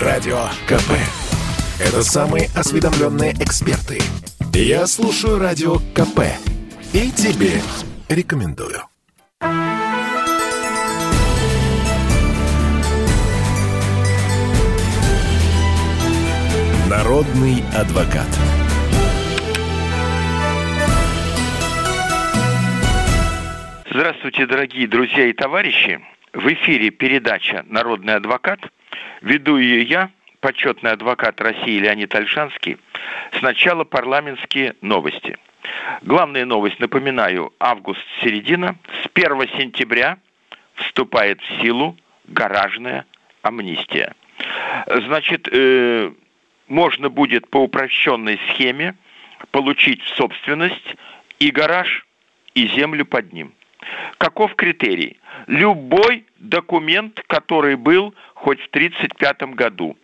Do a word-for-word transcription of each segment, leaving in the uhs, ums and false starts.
Радио КП. Это самые осведомленные эксперты. Я слушаю Радио КП и тебе рекомендую. Народный адвокат. Здравствуйте, дорогие друзья и товарищи. В эфире передача «Народный адвокат». Веду ее я, почетный адвокат России Леонид Ольшанский. Сначала парламентские новости. Главная новость, напоминаю, август-середина. С первого сентября вступает в силу гаражная амнистия. Значит, э, можно будет по упрощенной схеме получить в собственность и гараж, и землю под ним. Каков критерий? Любой документ, который был хоть в тридцать пятом году.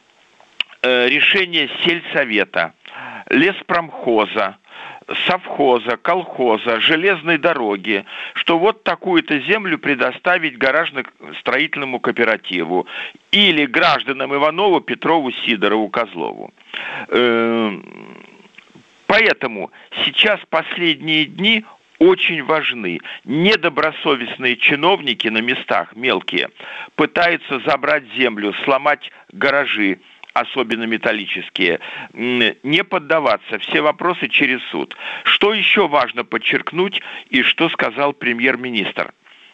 Э, решение сельсовета, леспромхоза, совхоза, колхоза, железной дороги, что вот такую-то землю предоставить гаражно-строительному кооперативу или гражданам Иванову, Петрову, Сидорову, Козлову. Э, поэтому сейчас последние дни очень важны. Недобросовестные чиновники на местах, мелкие, пытаются забрать землю, сломать гаражи, особенно металлические, не поддаваться. Все вопросы через суд. Что еще важно подчеркнуть и что сказал премьер-министр?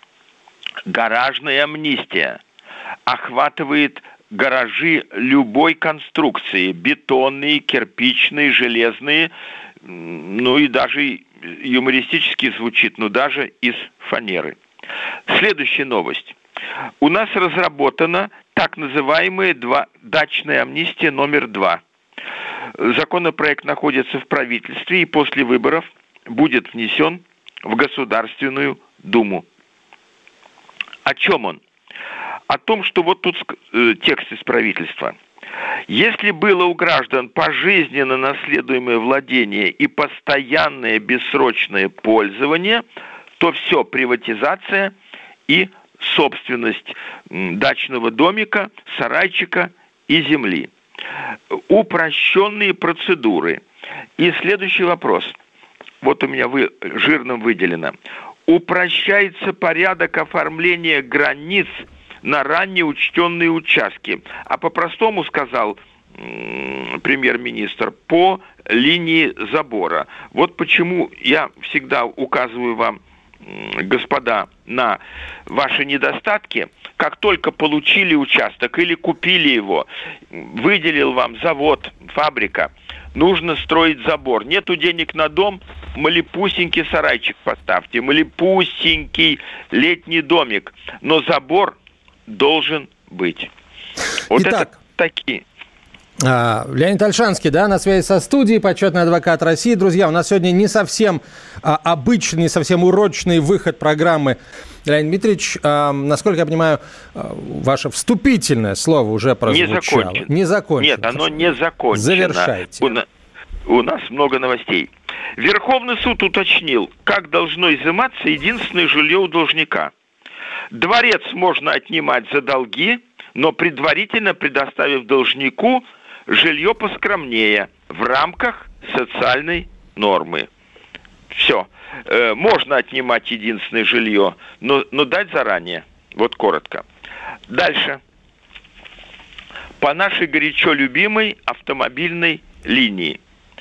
Гаражная амнистия охватывает гаражи любой конструкции. Бетонные, кирпичные, железные, ну и даже юмористически звучит, но даже из фанеры. Следующая новость. У нас разработана так называемая два, дачная амнистия номер два. Законопроект находится в правительстве и после выборов будет внесен в Государственную Думу. О чем он? О том, что вот тут э, текст из правительства. Если было у граждан пожизненно наследуемое владение и постоянное бессрочное пользование, то все, приватизация и собственность дачного домика, сарайчика и земли. Упрощенные процедуры. И следующий вопрос. Вот у меня вы, жирным выделено. Упрощается порядок оформления границ на ранее учтенные участки. А по-простому сказал м- премьер-министр, по линии забора. Вот почему я всегда указываю вам, м- господа, на ваши недостатки. Как только получили участок или купили его, выделил вам завод, фабрика, нужно строить забор. Нету денег на дом, малепусенький сарайчик поставьте, малепусенький летний домик. Но забор должен быть. Вот Итак, это такие. А, Леонид Ольшанский, да, на связи со студией, почетный адвокат России. Друзья, у нас сегодня не совсем а, обычный, не совсем урочный выход программы. Леонид Дмитриевич, а, насколько я понимаю, а, ваше вступительное слово уже прозвучало. Не закончено. Не закончено. Нет, оно не закончено. Завершайте. У, на, у нас много новостей. Верховный суд уточнил, как должно изыматься единственное жилье у должника. Дворец можно отнимать за долги, но предварительно предоставив должнику жилье поскромнее в рамках социальной нормы. Все. Э, можно отнимать единственное жилье, но, но дать заранее. Вот коротко. Дальше. По нашей горячо любимой автомобильной линии.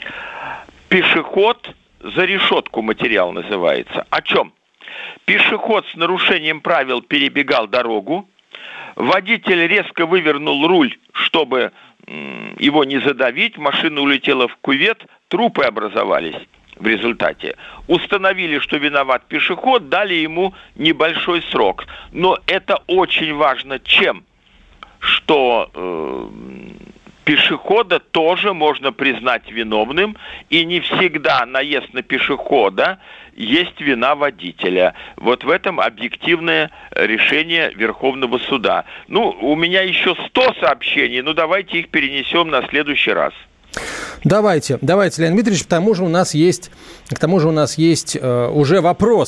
Пешеход за решетку материал называется. О чем? Пешеход с нарушением правил перебегал дорогу. Водитель резко вывернул руль, чтобы м, его не задавить. Машина улетела в кювет, трупы образовались в результате. Установили, что виноват пешеход, дали ему небольшой срок. Но это очень важно чем? Что э, пешехода тоже можно признать виновным, и не всегда наезд на пешехода есть вина водителя. Вот в этом объективное решение Верховного суда. Ну, у меня еще сто сообщений, но давайте их перенесем на следующий раз. Давайте, давайте, Леонид Дмитриевич, к тому же у нас есть, к тому же у нас есть э, уже вопросы.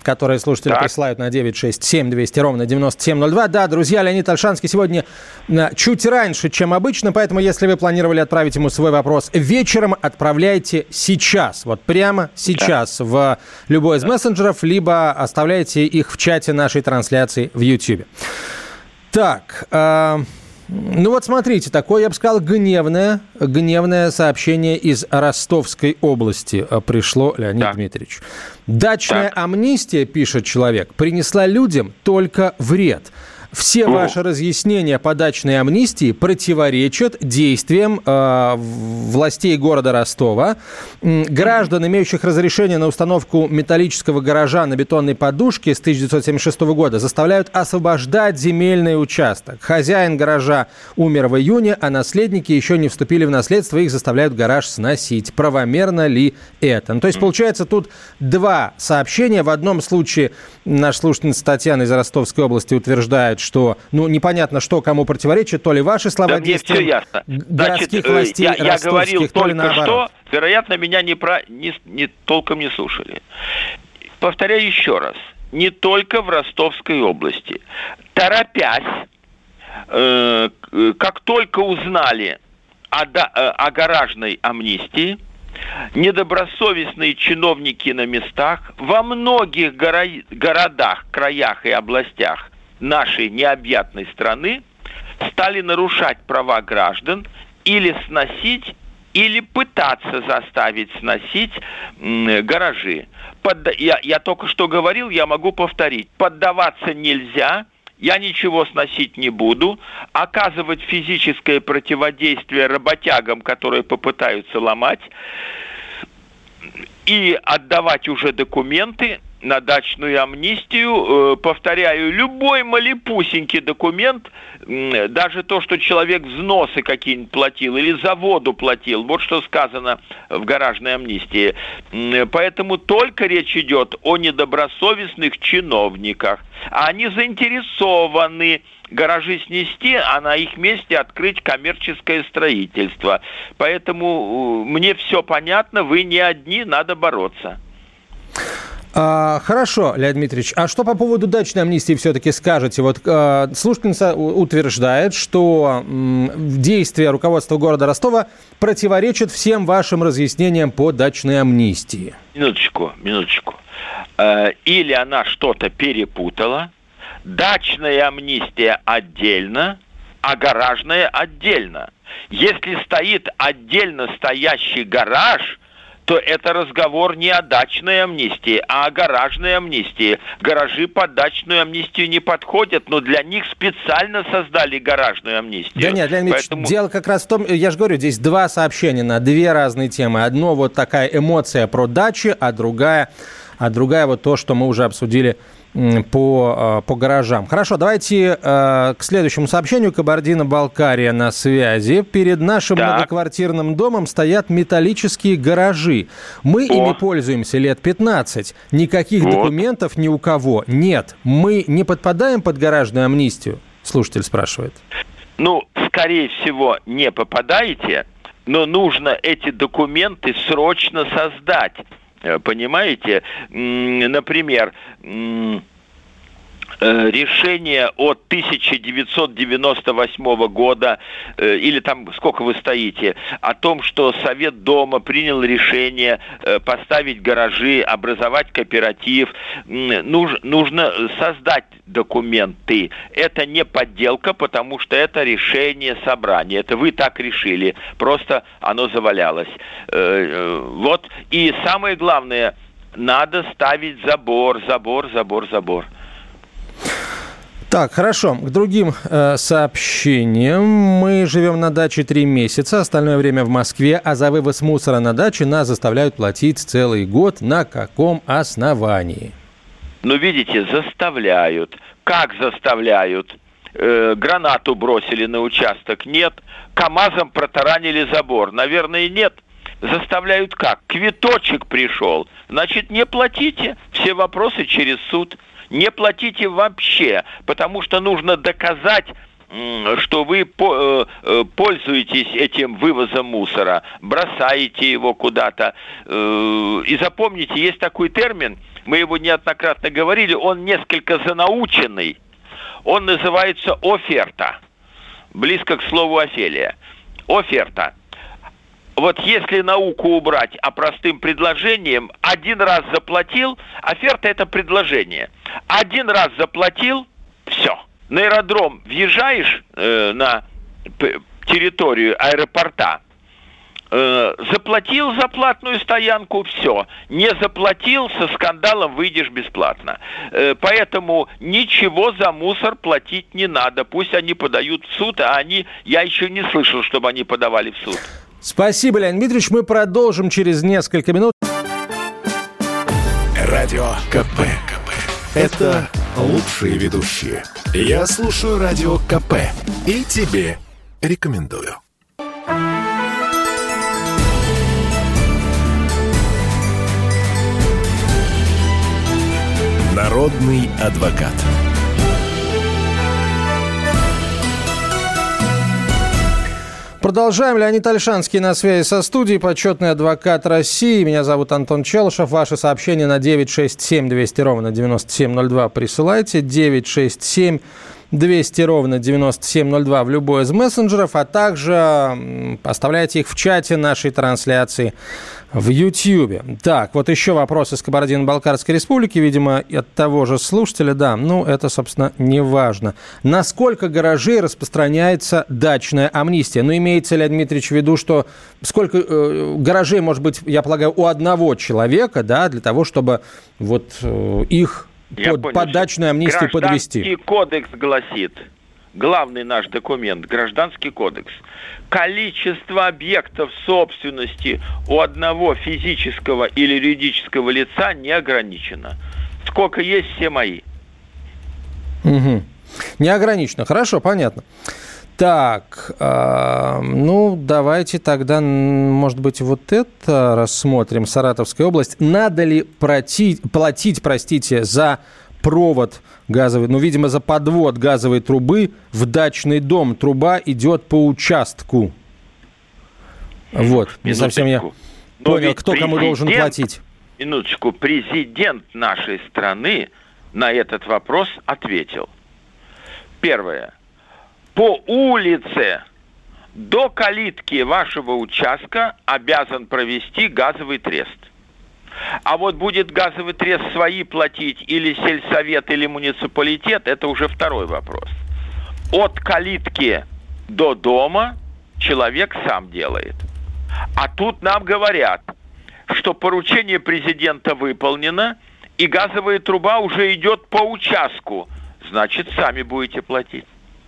которые слушатели так. присылают на девять шесть семь двести ровно девяносто семь ноль два. Да, друзья, Леонид Ольшанский сегодня чуть раньше, чем обычно, поэтому если вы планировали отправить ему свой вопрос вечером, отправляйте сейчас, вот прямо сейчас так. в любой из мессенджеров, либо оставляйте их в чате нашей трансляции в YouTube. Так, э, ну вот смотрите, такое, я бы сказал, гневное, гневное сообщение из Ростовской области пришло, Леонид так. Дмитриевич. Дачная так. амнистия, пишет человек, принесла людям только вред. Все ваши разъяснения по дачной амнистии противоречат действиям э, властей города Ростова. Граждан, имеющих разрешение на установку металлического гаража на бетонной подушке с тысяча девятьсот семьдесят шестого года, заставляют освобождать земельный участок. Хозяин гаража умер в июне, а наследники еще не вступили в наследство, их заставляют гараж сносить. Правомерно ли это? Ну, то есть, получается, тут два сообщения. В одном случае наша слушательница Татьяна из Ростовской области утверждает, что, ну, непонятно, что кому противоречит, то ли ваши слова, да действия мне все ясно. городских Значит, властей я, я говорил то только ли наоборот. что, вероятно, меня не, про, не, не толком не слушали. Повторяю еще раз. Не только в Ростовской области. Торопясь, э, как только узнали о, да, о гаражной амнистии, недобросовестные чиновники на местах во многих горо- городах, краях и областях нашей необъятной страны стали нарушать права граждан или сносить, или пытаться заставить сносить м, гаражи. Подда- я, я только что говорил, я могу повторить. Поддаваться нельзя, я ничего сносить не буду. Оказывать физическое противодействие работягам, которые попытаются ломать, и отдавать уже документы на дачную амнистию. Повторяю, любой малепусенький документ, даже то, что человек взносы какие-нибудь платил или за воду платил, вот что сказано в гаражной амнистии. Поэтому только речь идет о недобросовестных чиновниках. Они заинтересованы гаражи снести, а на их месте открыть коммерческое строительство. Поэтому мне все понятно, вы не одни, надо бороться. А, хорошо, Леонид Дмитриевич, а что по поводу дачной амнистии все-таки скажете? Вот а, слушательница утверждает, что м, действия руководства города Ростова противоречат всем вашим разъяснениям по дачной амнистии. Минуточку, минуточку. Э, или она что-то перепутала. Дачная амнистия отдельно, а гаражная отдельно. Если стоит отдельно стоящий гараж, то это разговор не о дачной амнистии, а о гаражной амнистии. Гаражи под дачную амнистию не подходят, но для них специально создали гаражную амнистию. Да нет, Леонид Поэтому... Ильич, дело как раз в том, я же говорю, здесь два сообщения на две разные темы. Одно вот такая эмоция про дачи, а другая, а другая вот то, что мы уже обсудили по, по гаражам. Хорошо, давайте э, к следующему сообщению. Кабардино-Балкария на связи. Перед нашим так. многоквартирным домом стоят металлические гаражи. Мы О. ими пользуемся лет пятнадцать. Никаких вот. документов ни у кого нет. Мы не подпадаем под гаражную амнистию? Слушатель спрашивает. Ну, скорее всего, не попадаете, но нужно эти документы срочно создать. Понимаете? Например, решение от тысяча девятьсот девяносто восьмого года, или там сколько вы стоите, о том, что Совет Дома принял решение поставить гаражи, образовать кооператив. Нуж, нужно создать документы. Это не подделка, потому что это решение собрания. Это вы так решили. Просто оно завалялось. Вот. И самое главное, надо ставить забор, забор, забор, забор. Так, хорошо. К другим э, сообщениям. Мы живем на даче три месяца, остальное время в Москве, а за вывоз мусора на даче нас заставляют платить целый год. На каком основании? Ну, видите, заставляют. Как заставляют? Э, гранату бросили на участок? Нет. КАМАЗом протаранили забор? Наверное, нет. Заставляют как? Квиточек пришел. Значит, не платите. Все вопросы через суд. Не платите вообще, потому что нужно доказать, что вы пользуетесь этим вывозом мусора, бросаете его куда-то. И запомните, есть такой термин мы его неоднократно говорили, он несколько занаученный. Он называется оферта. Близко к слову Офелия. Оферта. Вот если науку убрать, а простым предложением, один раз заплатил, оферта – это предложение. Один раз заплатил, все. На аэродром въезжаешь э, на территорию аэропорта, э, заплатил за платную стоянку, все. Не заплатил, со скандалом выйдешь бесплатно. Э, поэтому ничего за мусор платить не надо. Пусть они подают в суд, а они, я еще не слышал, чтобы они подавали в суд. Спасибо, Леонид Дмитриевич. Мы продолжим через несколько минут. Радио КП. Это лучшие ведущие. Я слушаю Радио КП и тебе рекомендую. Народный адвокат. Продолжаем. Леонид Ольшанский на связи со студией, почетный адвокат России. Меня зовут Антон Челышев. Ваши сообщения на девять шесть семь двести ровно девяносто семь ноль два присылайте. девять шесть семь двести ровно девяносто семь ноль два в любой из мессенджеров, а также оставляйте их в чате нашей трансляции в Ютьюбе. Так, вот еще вопрос из Кабардино-Балкарской республики, видимо, от того же слушателя. Да, ну, это, собственно, не важно. Насколько гаражей распространяется дачная амнистия? Ну, имеется ли, Дмитриевич, в виду, что сколько э, гаражей, может быть, я полагаю, у одного человека, да, для того, чтобы вот э, их под, под дачную амнистию подвести? Гражданский кодекс гласит, главный наш документ, Гражданский кодекс, количество объектов собственности у одного физического или юридического лица не ограничено. Сколько есть, все мои. Угу. Не ограничено. Хорошо, понятно. Так, э, ну, давайте тогда, может быть, вот это рассмотрим. Саратовская область. Надо ли платить, платить, простите, за провод газовый, ну, видимо, за подвод газовой трубы в дачный дом? Труба идет по участку. Вот, не совсем я понял, кто кому должен платить. Минуточку, президент нашей страны на этот вопрос ответил. Первое. По улице до калитки вашего участка обязан провести газовый трест. А вот будет газовый трест свои платить или сельсовет, или муниципалитет, это уже второй вопрос. От калитки до дома человек сам делает. А тут нам говорят, что поручение президента выполнено, и газовая труба уже идет по участку. Значит, сами будете платить.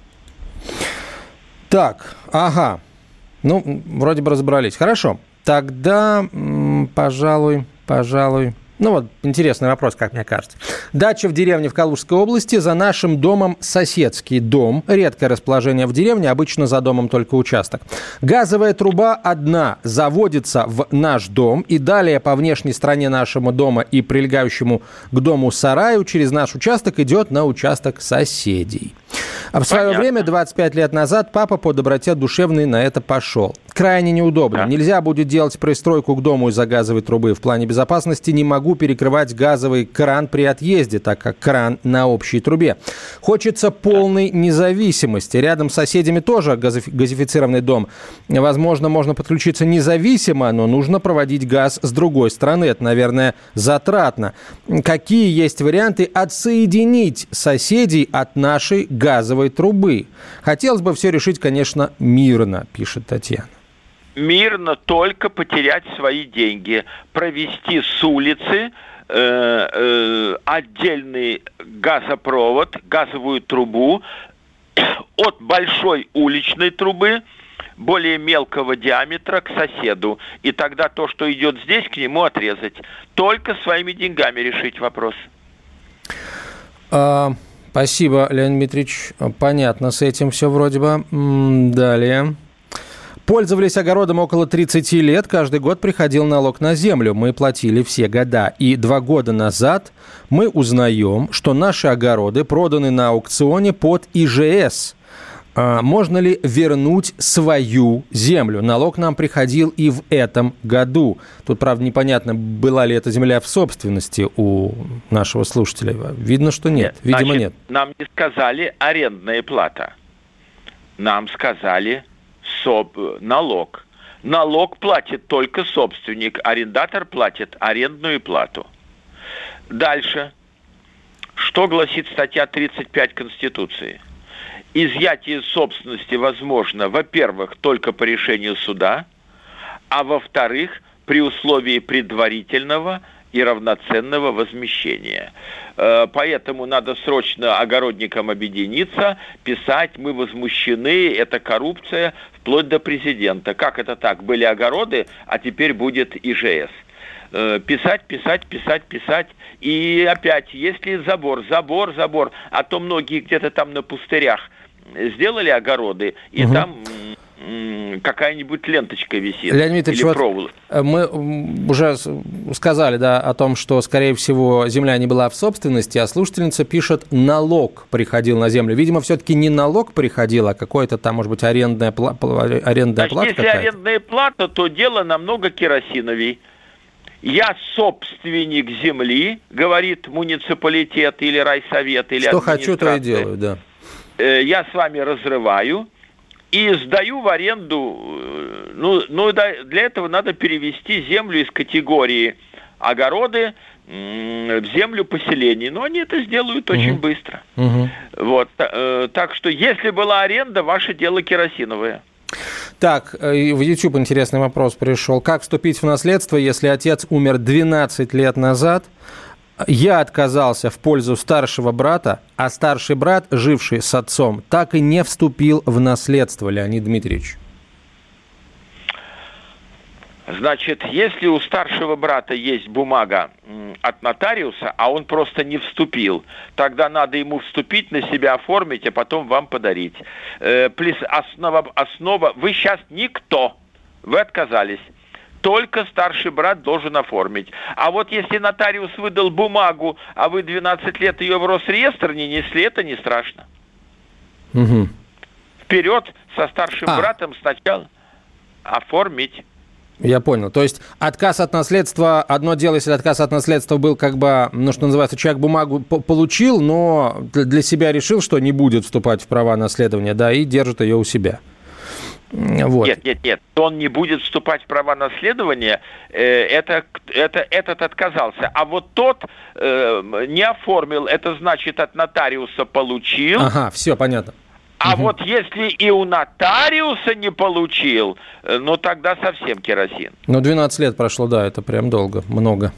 Так, ага. Ну, вроде бы разобрались. Хорошо. Тогда, м, пожалуй, пожалуй... Ну вот, интересный вопрос, как мне кажется. Дача в деревне в Калужской области. За нашим домом соседский дом. Редкое расположение в деревне, обычно за домом только участок. Газовая труба одна заводится в наш дом. И далее по внешней стороне нашего дома и прилегающему к дому сараю через наш участок идет на участок соседей. А в свое Понятно. время, двадцать пять лет назад, папа по доброте душевной на это пошел. Крайне неудобно. Да. Нельзя будет делать пристройку к дому из-за газовой трубы. В плане безопасности не могу перекрывать газовый кран при отъезде, так как кран на общей трубе. Хочется полной независимости. Рядом с соседями тоже газифицированный дом. Возможно, можно подключиться независимо, но нужно проводить газ с другой стороны. Это, наверное, затратно. Какие есть варианты отсоединить соседей от нашей газовой трубы? Хотелось бы все решить, конечно, мирно, пишет Татьяна. Мирно только потерять свои деньги, провести с улицы э, э, отдельный газопровод, газовую трубу от большой уличной трубы, более мелкого диаметра, к соседу. И тогда то, что идет здесь, к нему отрезать. Только своими деньгами решить вопрос. А, спасибо, Леонид Дмитриевич. Понятно, с этим все вроде бы. Далее. Пользовались огородом около тридцать лет. Каждый год приходил налог на землю. Мы платили все года. И два года назад мы узнаем, что наши огороды проданы на аукционе под И Ж С. Можно ли вернуть свою землю? Налог нам приходил и в этом году. Тут, правда, непонятно, была ли эта земля в собственности у нашего слушателя. Видно, что нет. нет Видимо, значит, нет. Нам не сказали арендная плата. Нам сказали соб... налог. Налог платит только собственник. Арендатор платит арендную плату. Дальше. Что гласит статья тридцать пять Конституции? Изъятие собственности возможно, во-первых, только по решению суда, а во-вторых, при условии предварительного и равноценного возмещения. Поэтому надо срочно огородникам объединиться, писать: мы возмущены, это коррупция, вплоть до президента. Как это так? Были огороды, а теперь будет ИЖС. Писать, писать, писать, писать. И опять, если забор, забор, забор, а то многие где-то там на пустырях сделали огороды, и угу. там м- какая-нибудь ленточка висит. Леонид Ильич, или проволока. Вот мы уже сказали, да, о том, что, скорее всего, земля не была в собственности, а слушательница пишет: налог приходил на землю. Видимо, все-таки не налог приходил, а какой-то там, может быть, арендная, пла- арендная Значит, плата если какая-то. арендная плата, то дело намного керосиновей. Я собственник земли, говорит муниципалитет или райсовет, или что администрация. хочу, то и делаю, да. Я с вами разрываю и сдаю в аренду. Ну, ну для этого надо перевести землю из категории огороды в землю поселений. Но они это сделают очень угу. быстро. Угу. Вот. Так что, если была аренда, ваше дело керосиновое. Так, в YouTube интересный вопрос пришел. Как вступить в наследство, если отец умер двенадцать лет назад? Я отказался в пользу старшего брата, а старший брат, живший с отцом, так и не вступил в наследство, Леонид Дмитриевич. Значит, если у старшего брата есть бумага от нотариуса, а он просто не вступил, тогда надо ему вступить, на себя оформить, а потом вам подарить. Э, плюс основа, основа, вы сейчас никто, вы отказались. Только старший брат должен оформить. А вот если нотариус выдал бумагу, а вы двенадцать лет ее в Росреестр не несли, это не страшно. Угу. Вперед со старшим а. братом сначала оформить. Я понял. То есть отказ от наследства, одно дело, если отказ от наследства был как бы, ну, что называется, человек бумагу получил, но для себя решил, что не будет вступать в права наследования, да, и держит ее у себя. Вот. Нет, нет, нет. Он не будет вступать в права наследования, э, это, это, этот отказался. А вот тот э, не оформил, это значит, от нотариуса получил. Ага, все, понятно. А угу. вот если и у нотариуса не получил, э, ну тогда совсем керосин. Ну, двенадцать лет прошло, да, это прям долго, много.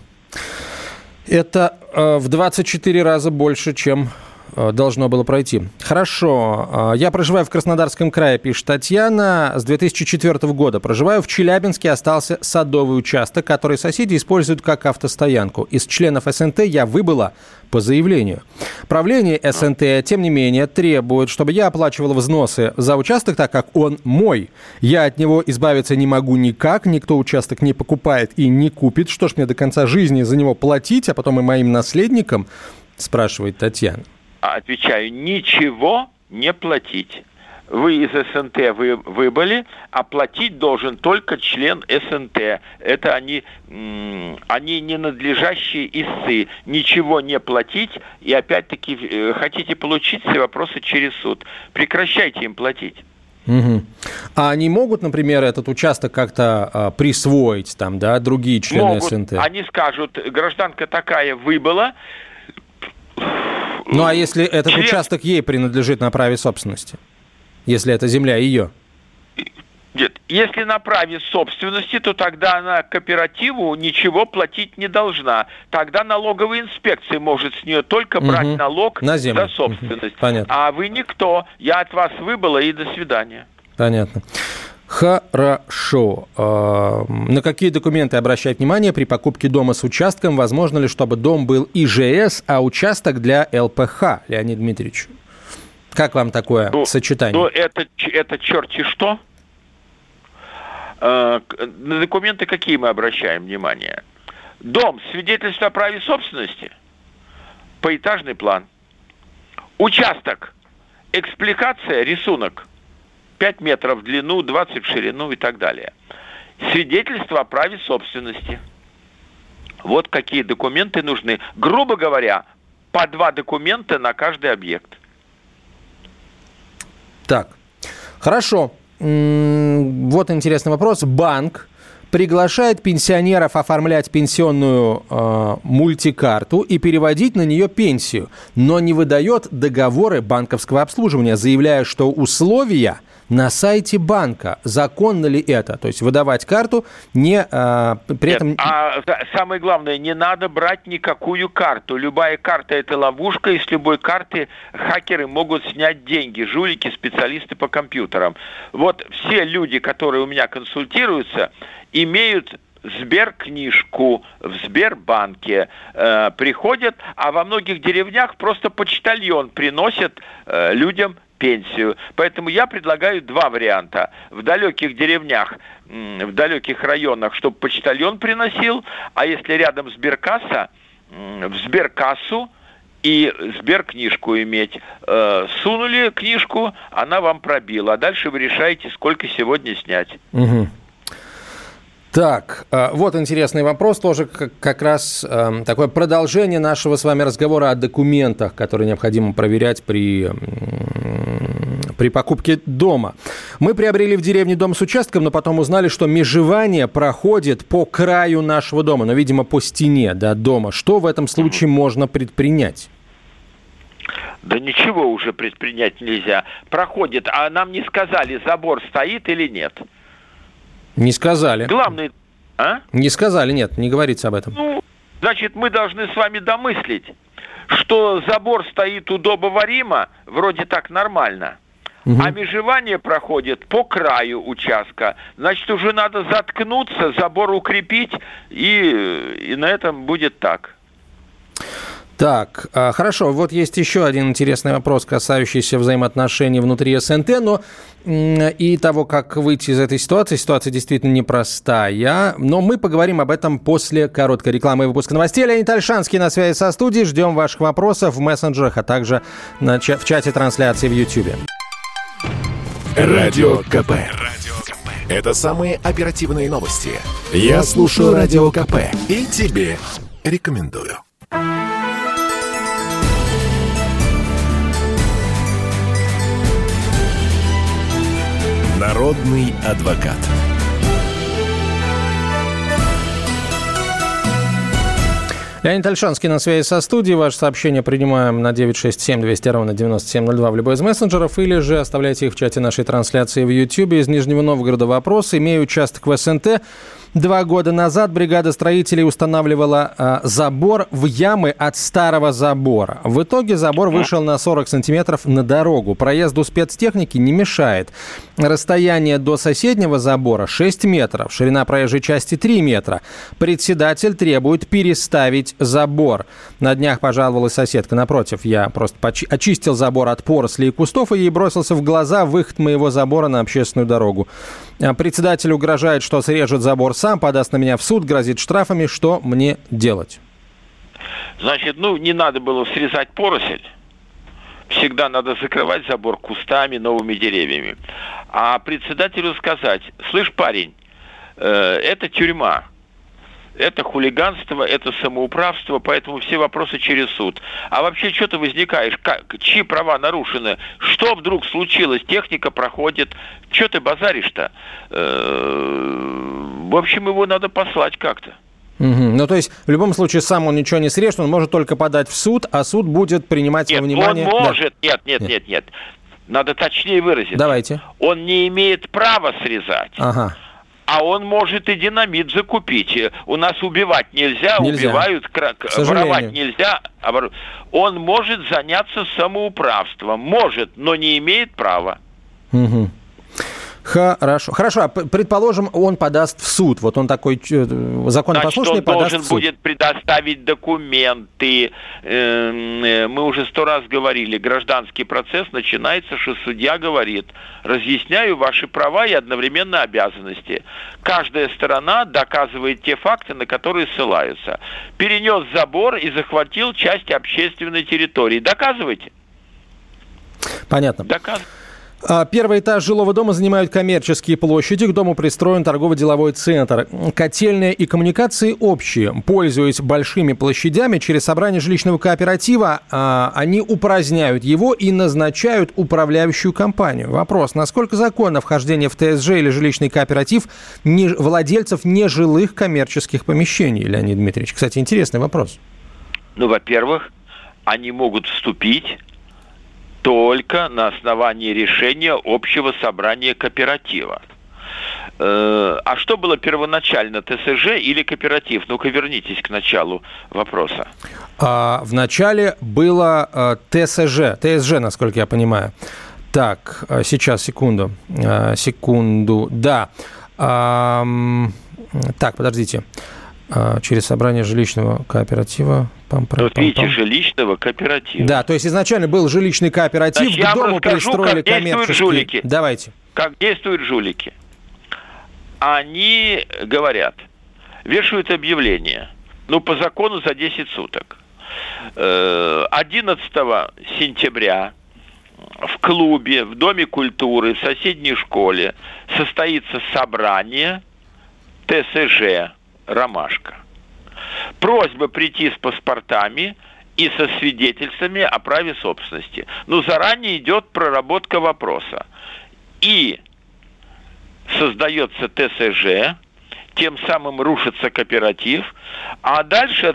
Это э, в двадцать четыре раза больше, чем должно было пройти. Хорошо. Я проживаю в Краснодарском крае, пишет Татьяна. С две тысячи четвёртого года проживаю в Челябинске. Остался садовый участок, который соседи используют как автостоянку. Из членов СНТ я выбыла по заявлению. Правление СНТ, тем не менее, требует, чтобы я оплачивала взносы за участок, так как он мой. Я от него избавиться не могу никак. Никто участок не покупает и не купит. Что ж мне до конца жизни за него платить, а потом и моим наследникам, спрашивает Татьяна. Отвечаю, ничего не платить. Вы из СНТ вы, выбыли, а платить должен только член СНТ. Это они, они ненадлежащие истцы. Ничего не платить, и опять-таки хотите получить все вопросы через суд. Прекращайте им платить. Угу. А они могут, например, этот участок как-то а, присвоить, там, да, другие члены могут. СНТ? Они скажут, гражданка такая выбыла. Ну, а если этот Член... участок ей принадлежит на праве собственности? Если эта земля ее? Нет, если на праве собственности, то тогда она кооперативу ничего платить не должна. Тогда налоговая инспекция может с нее только брать угу. налог на землю. За собственность. Угу. Понятно. А вы никто. Я от вас выбыла, и до свидания. Понятно. Хорошо. На какие документы обращать внимание при покупке дома с участком? Возможно ли, чтобы дом был ИЖС, а участок для ЛПХ, Леонид Дмитриевич? Как вам такое ну, сочетание? Ну, это, это черти что. На документы какие мы обращаем внимание? Дом, свидетельство о праве собственности, поэтажный план. Участок, экспликация, рисунок. пять метров в длину, двадцать в ширину и так далее. Свидетельство о праве собственности. Вот какие документы нужны. Грубо говоря, по два документа на каждый объект. Так, хорошо. Вот интересный вопрос. Банк приглашает пенсионеров оформлять пенсионную э, мультикарту и переводить на нее пенсию, но не выдает договоры банковского обслуживания, заявляя, что условия на сайте банка. Законно ли это? То есть выдавать карту не э, при этом... Нет, а самое главное, не надо брать никакую карту. Любая карта – это ловушка, и с любой карты хакеры могут снять деньги, жулики, специалисты по компьютерам. Вот все люди, которые у меня консультируются, имеют Сберкнижку в Сбербанке, э, приходят, а во многих деревнях просто почтальон приносит э, людям пенсию. Поэтому я предлагаю два варианта. В далеких деревнях, в далеких районах, чтобы почтальон приносил, а если рядом Сберкасса, в Сберкассу и Сберкнижку иметь. Сунули книжку, она вам пробила, а дальше вы решаете, сколько сегодня снять. Угу. Так, вот интересный вопрос, тоже как раз такое продолжение нашего с вами разговора о документах, которые необходимо проверять при, при покупке дома. Мы приобрели в деревне дом с участком, но потом узнали, что межевание проходит по краю нашего дома, но, видимо, по стене, да, дома. Что в этом случае можно предпринять? Да ничего уже предпринять нельзя. Проходит, а нам не сказали, забор стоит или нет. Не сказали. Главное, а? Не сказали, нет, не говорится об этом. Ну, значит, мы должны с вами домыслить, что забор стоит удобоваримо, вроде так нормально, угу. А межевание проходит по краю участка. Значит, уже надо заткнуться, забор укрепить, и, и на этом будет так. Так, хорошо, вот есть еще один интересный вопрос, касающийся взаимоотношений внутри СНТ, но и того, как выйти из этой ситуации. Ситуация действительно непростая, но мы поговорим об этом после короткой рекламы и выпуска новостей. Леонид Ольшанский на связи со студией. Ждем ваших вопросов в мессенджерах, а также на ча- в чате трансляции в Ютьюбе. Радио КП. Это самые оперативные новости. Я слушаю Радио КП и тебе рекомендую. Народный адвокат. Леонид Ольшанский на связи со студией. Ваше сообщение принимаем на девять шесть семь двести ровно девяносто семь ноль два в любой из мессенджеров, или же оставляйте их в чате нашей трансляции в Ютьюбе. Из Нижнего Новгорода вопрос. Имею участок в СНТ. Два года назад бригада строителей устанавливала э, забор в ямы от старого забора. В итоге забор вышел на сорок сантиметров на дорогу. Проезду спецтехники не мешает. Расстояние до соседнего забора шесть метров. Ширина проезжей части три метра. Председатель требует переставить забор. На днях пожаловалась соседка напротив. Я просто почи- очистил забор от порослей и кустов, и ей бросился в глаза выход моего забора на общественную дорогу. Председатель угрожает, что срежет забор сам, подаст на меня в суд, грозит штрафами. Что мне делать? Значит, ну, не надо было срезать поросль. Всегда надо закрывать забор кустами, новыми деревьями. А председателю сказать: слышь, парень, э, это тюрьма. Это хулиганство, это самоуправство, поэтому все вопросы через суд. А вообще, что ты возникаешь? Как, чьи права нарушены? Что вдруг случилось? Техника проходит. Что ты базаришь-то? В общем, его надо послать как-то. Угу. Ну, то есть, в любом случае, сам он ничего не срежет, он может только подать в суд, а суд будет принимать нет, во внимание... он может... Да. Нет, нет, нет, нет, нет. Надо точнее выразиться. Давайте. Он не имеет права срезать. Ага. А он может и динамит закупить. У нас убивать нельзя, нельзя. убивают, воровать нельзя. Он может заняться самоуправством. Может, но не имеет права. Угу. Хорошо. Хорошо, а предположим, он подаст в суд. Вот он такой законопослушный, подаст в суд. Значит, он должен будет предоставить документы. Мы уже сто раз говорили, гражданский процесс начинается, что судья говорит: разъясняю ваши права и одновременно обязанности. Каждая сторона доказывает те факты, на которые ссылаются. Перенес забор и захватил часть общественной территории. Доказывайте. Понятно. Доказывайте. Первый этаж жилого дома занимают коммерческие площади, к дому пристроен торгово-деловой центр. Котельные и коммуникации общие. Пользуясь большими площадями, через собрание жилищного кооператива они упраздняют его и назначают управляющую компанию. Вопрос: насколько законно вхождение в ТСЖ или жилищный кооператив не, владельцев нежилых коммерческих помещений, Леонид Дмитриевич? Кстати, интересный вопрос. Ну, во-первых, они могут вступить только на основании решения общего собрания кооператива. А что было первоначально, ТСЖ или кооператив? Ну-ка, вернитесь к началу вопроса. А, в начале было а, ТСЖ, ТСЖ, насколько я понимаю. Так, сейчас, секунду, секунду, да. А, так, подождите. Через собрание жилищного кооператива. Пам-пам-пам-пам. Вот видите, жилищного кооператива. Да, то есть изначально был жилищный кооператив, Значит, к дому расскажу, пристроили как действуют коммерческие... жулики. Давайте. Как действуют жулики. Они говорят, вешают объявление, ну, по закону за десять суток. одиннадцатого сентября в клубе, в Доме культуры, в соседней школе состоится собрание ТСЖ «Ромашка». Просьба прийти с паспортами и со свидетельствами о праве собственности. Но заранее идет проработка вопроса. И создается ТСЖ, тем самым рушится кооператив, а дальше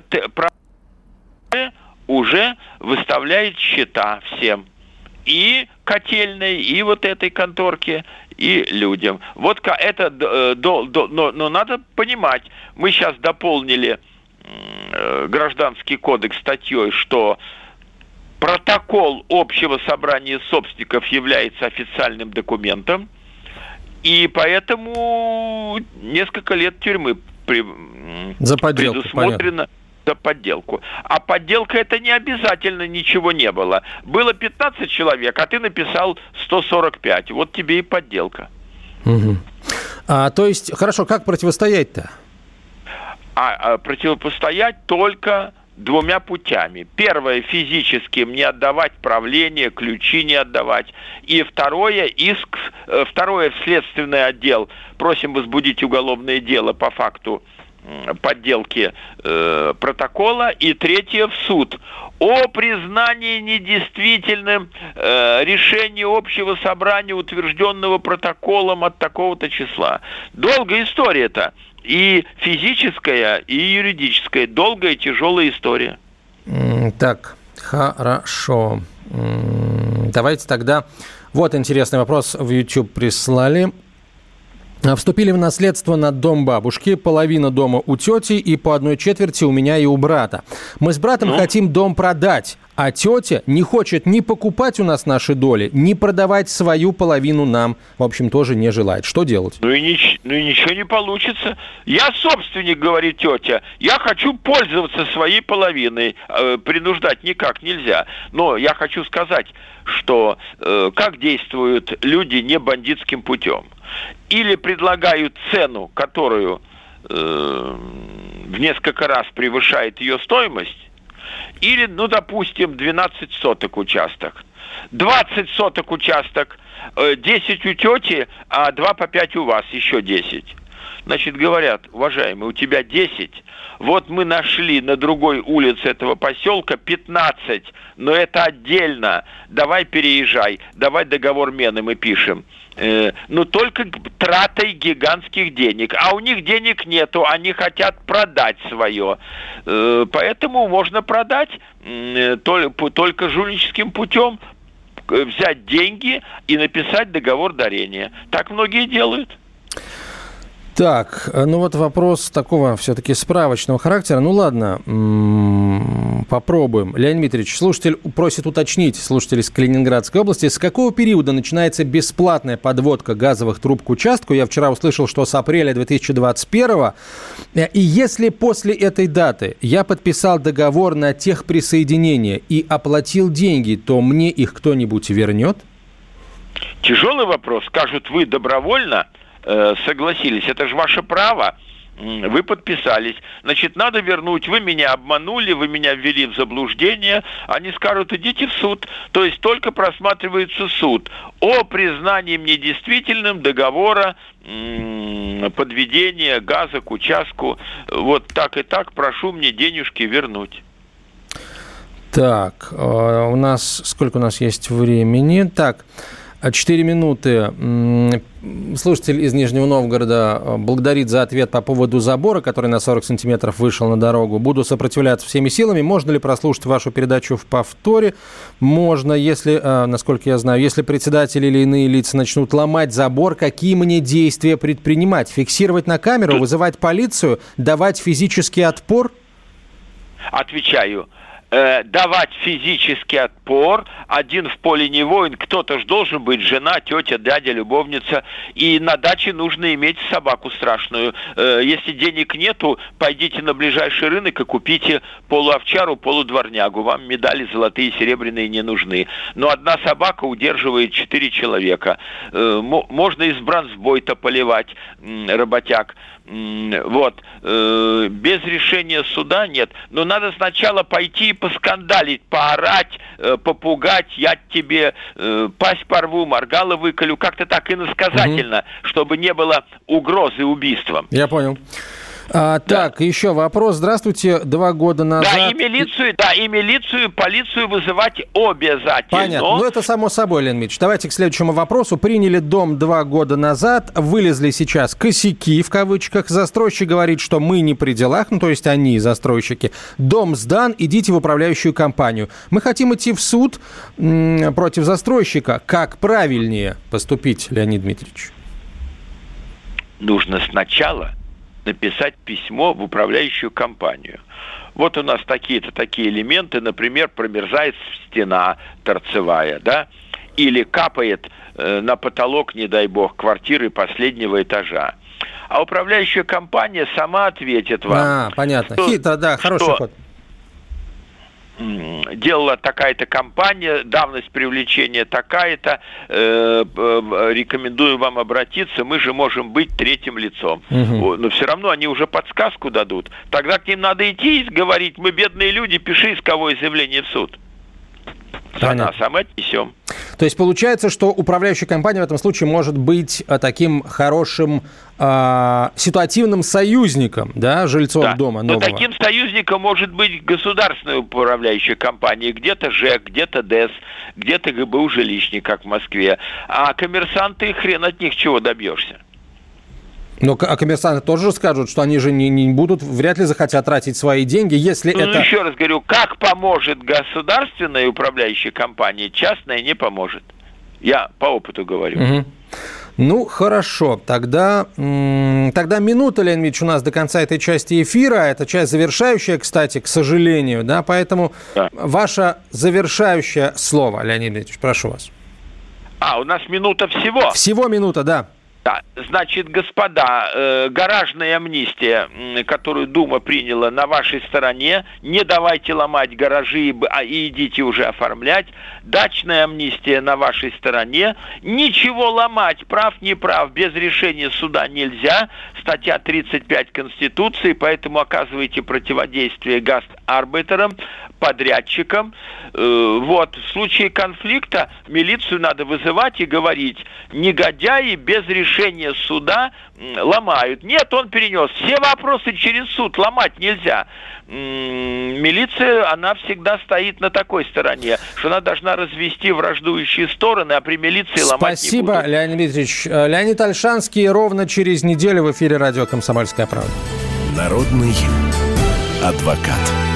уже выставляет счета всем. И котельной, и вот этой конторке, и людям. Вот это, до, до, но, но надо понимать, мы сейчас дополнили э, Гражданский кодекс статьей, что протокол общего собрания собственников является официальным документом, и поэтому несколько лет тюрьмы при, за подделку, предусмотрено. Понятно. За подделку. А подделка — это не обязательно, ничего не было. Было пятнадцать человек, а ты написал сто сорок пять. Вот тебе и подделка. Угу. А, то есть, хорошо, как противостоять-то? А, а противостоять только двумя путями. Первое, физически не отдавать правление, ключи не отдавать. И второе, иск, второе, в следственный отдел. Просим возбудить уголовное дело по факту подделки э, протокола. И третье, в суд о признании недействительным э, решения общего собрания, утвержденного протоколом от такого-то числа. Долгая история-то. И физическая, и юридическая. Долгая, тяжелая история. Так, хорошо. Давайте тогда... Вот интересный вопрос в YouTube прислали. Вступили в наследство на дом бабушки, половина дома у тети и по одной четверти у меня и у брата. Мы с братом ну? хотим дом продать, а тетя не хочет ни покупать у нас наши доли, ни продавать свою половину нам, в общем, тоже не желает. Что делать? Ну и, нич- ну и ничего не получится. Я собственник, говорит тетя, я хочу пользоваться своей половиной, э, принуждать никак нельзя. Но я хочу сказать, что э, как действуют люди не бандитским путем. Или предлагают цену, которую э, в несколько раз превышает ее стоимость, или, ну, допустим, двенадцать соток участок. двадцать соток участок, э, десять у тети, а два по пять у вас, еще десять. Значит, говорят, уважаемый, у тебя десять, вот мы нашли на другой улице этого поселка пятнадцать, но это отдельно, давай переезжай, давай договор мены мы пишем. Э, но только тратой гигантских денег, а у них денег нету, они хотят продать свое. Э, поэтому можно продать э, только, только жульническим путем, взять деньги и написать договор дарения. Так многие делают. Так, ну вот вопрос такого все-таки справочного характера. Ну ладно, м-м, попробуем. Леонид Дмитриевич, слушатель просит уточнить, слушатель из Калининградской области, с какого периода начинается бесплатная подводка газовых труб к участку? Я вчера услышал, что с апреля две тысячи двадцать первого. И если после этой даты я подписал договор на техприсоединение и оплатил деньги, то мне их кто-нибудь вернет? Тяжелый вопрос. Скажут, вы добровольно согласились. Это же ваше право. вы подписались. Значит, надо вернуть. Вы меня обманули, вы меня ввели в заблуждение. Они скажут, идите в суд. То есть только просматривается суд о признании недействительным договора подведения газа к участку. Вот так и так прошу мне денежки вернуть. Так, у нас сколько у нас есть времени? Так, четыре минуты. Слушатель из Нижнего Новгорода благодарит за ответ по поводу забора, который на сорок сантиметров вышел на дорогу. Буду сопротивляться всеми силами. Можно ли прослушать вашу передачу в повторе? Можно, если, насколько я знаю, если председатель или иные лица начнут ломать забор, какие мне действия предпринимать? Фиксировать на камеру, вызывать полицию, давать физический отпор? Отвечаю. Давать физический отпор, один в поле не воин, кто-то же должен быть, жена, тетя, дядя, любовница, и на даче нужно иметь собаку страшную. Если денег нету, пойдите на ближайший рынок и купите полуовчару, полудворнягу, вам медали золотые и серебряные не нужны. Но одна собака удерживает четыре человека. Можно из бронзбойта поливать работяг. Вот. Без решения суда нет. Но надо сначала пойти и поскандалить, поорать, попугать, я тебе пасть порву, моргало выколю, как-то так иносказательно, угу. чтобы не было угрозы убийством. Я понял. А, да. Так, еще вопрос. Здравствуйте. Два года назад... Да, и милицию, да, и милицию, полицию вызывать обязательно. Понятно. Ну, это само собой, Леонид Ильич. Давайте к следующему вопросу. Приняли дом два года назад, вылезли сейчас косяки, в кавычках. Застройщик говорит, что мы не при делах, ну, то есть они, застройщики. Дом сдан, идите в управляющую компанию. Мы хотим идти в суд м- против застройщика. Как правильнее поступить, Леонид Дмитриевич? Нужно сначала... написать письмо в управляющую компанию. Вот у нас такие-то такие элементы, например, промерзает стена торцевая, да, или капает э, на потолок, не дай бог, квартиры последнего этажа. А управляющая компания сама ответит вам. А, понятно. Что, Хитро, да, хороший что, ход. Делала такая-то компания, давность привлечения такая-то, э, э, рекомендую вам обратиться, мы же можем быть третьим лицом. Угу. Но все равно они уже подсказку дадут. Тогда к ним надо идти и говорить, мы бедные люди, пиши исковое заявление в суд. За нас, а мы отнесем. То есть получается, что управляющая компания в этом случае может быть таким хорошим э, ситуативным союзником, да, жильцов да. дома нового. Но таким союзником может быть государственная управляющая компания. Где-то ЖЭК, где-то ДЭС, где-то ГБУ жилищник, как в Москве. А коммерсанты, хрен от них чего добьешься. Но а коммерсанты тоже скажут, что они же не, не будут, вряд ли захотят тратить свои деньги, если ну, это... Ну, еще раз говорю, как поможет государственная управляющая компания, частная не поможет. Я по опыту говорю. Угу. Ну, хорошо. Тогда, м- тогда минута, Леонид Ильич, у нас до конца этой части эфира. Это часть завершающая, кстати, к сожалению. Да? Поэтому да. ваше завершающее слово, Леонид Ильич, прошу вас. А, у нас минута всего? Всего минута, да. Да, значит, господа, э, гаражная амнистия, э, которую Дума приняла, на вашей стороне. Не давайте ломать гаражи, а и идите уже оформлять. Дачная амнистия на вашей стороне. Ничего ломать, прав, не прав, без решения суда нельзя. Статья тридцать пять Конституции, поэтому оказывайте противодействие гастарбайтерам, подрядчикам. Э, вот, в случае конфликта милицию надо вызывать и говорить, негодяи без решения решение суда ломают. Нет, он перенес. Все вопросы через суд ломать нельзя. Милиция, она всегда стоит на такой стороне, что она должна развести враждующие стороны, а при милиции ломать не будут. Спасибо, Леонид Дмитриевич. Леонид Ольшанский ровно через неделю в эфире радио «Комсомольская правда». Народный адвокат.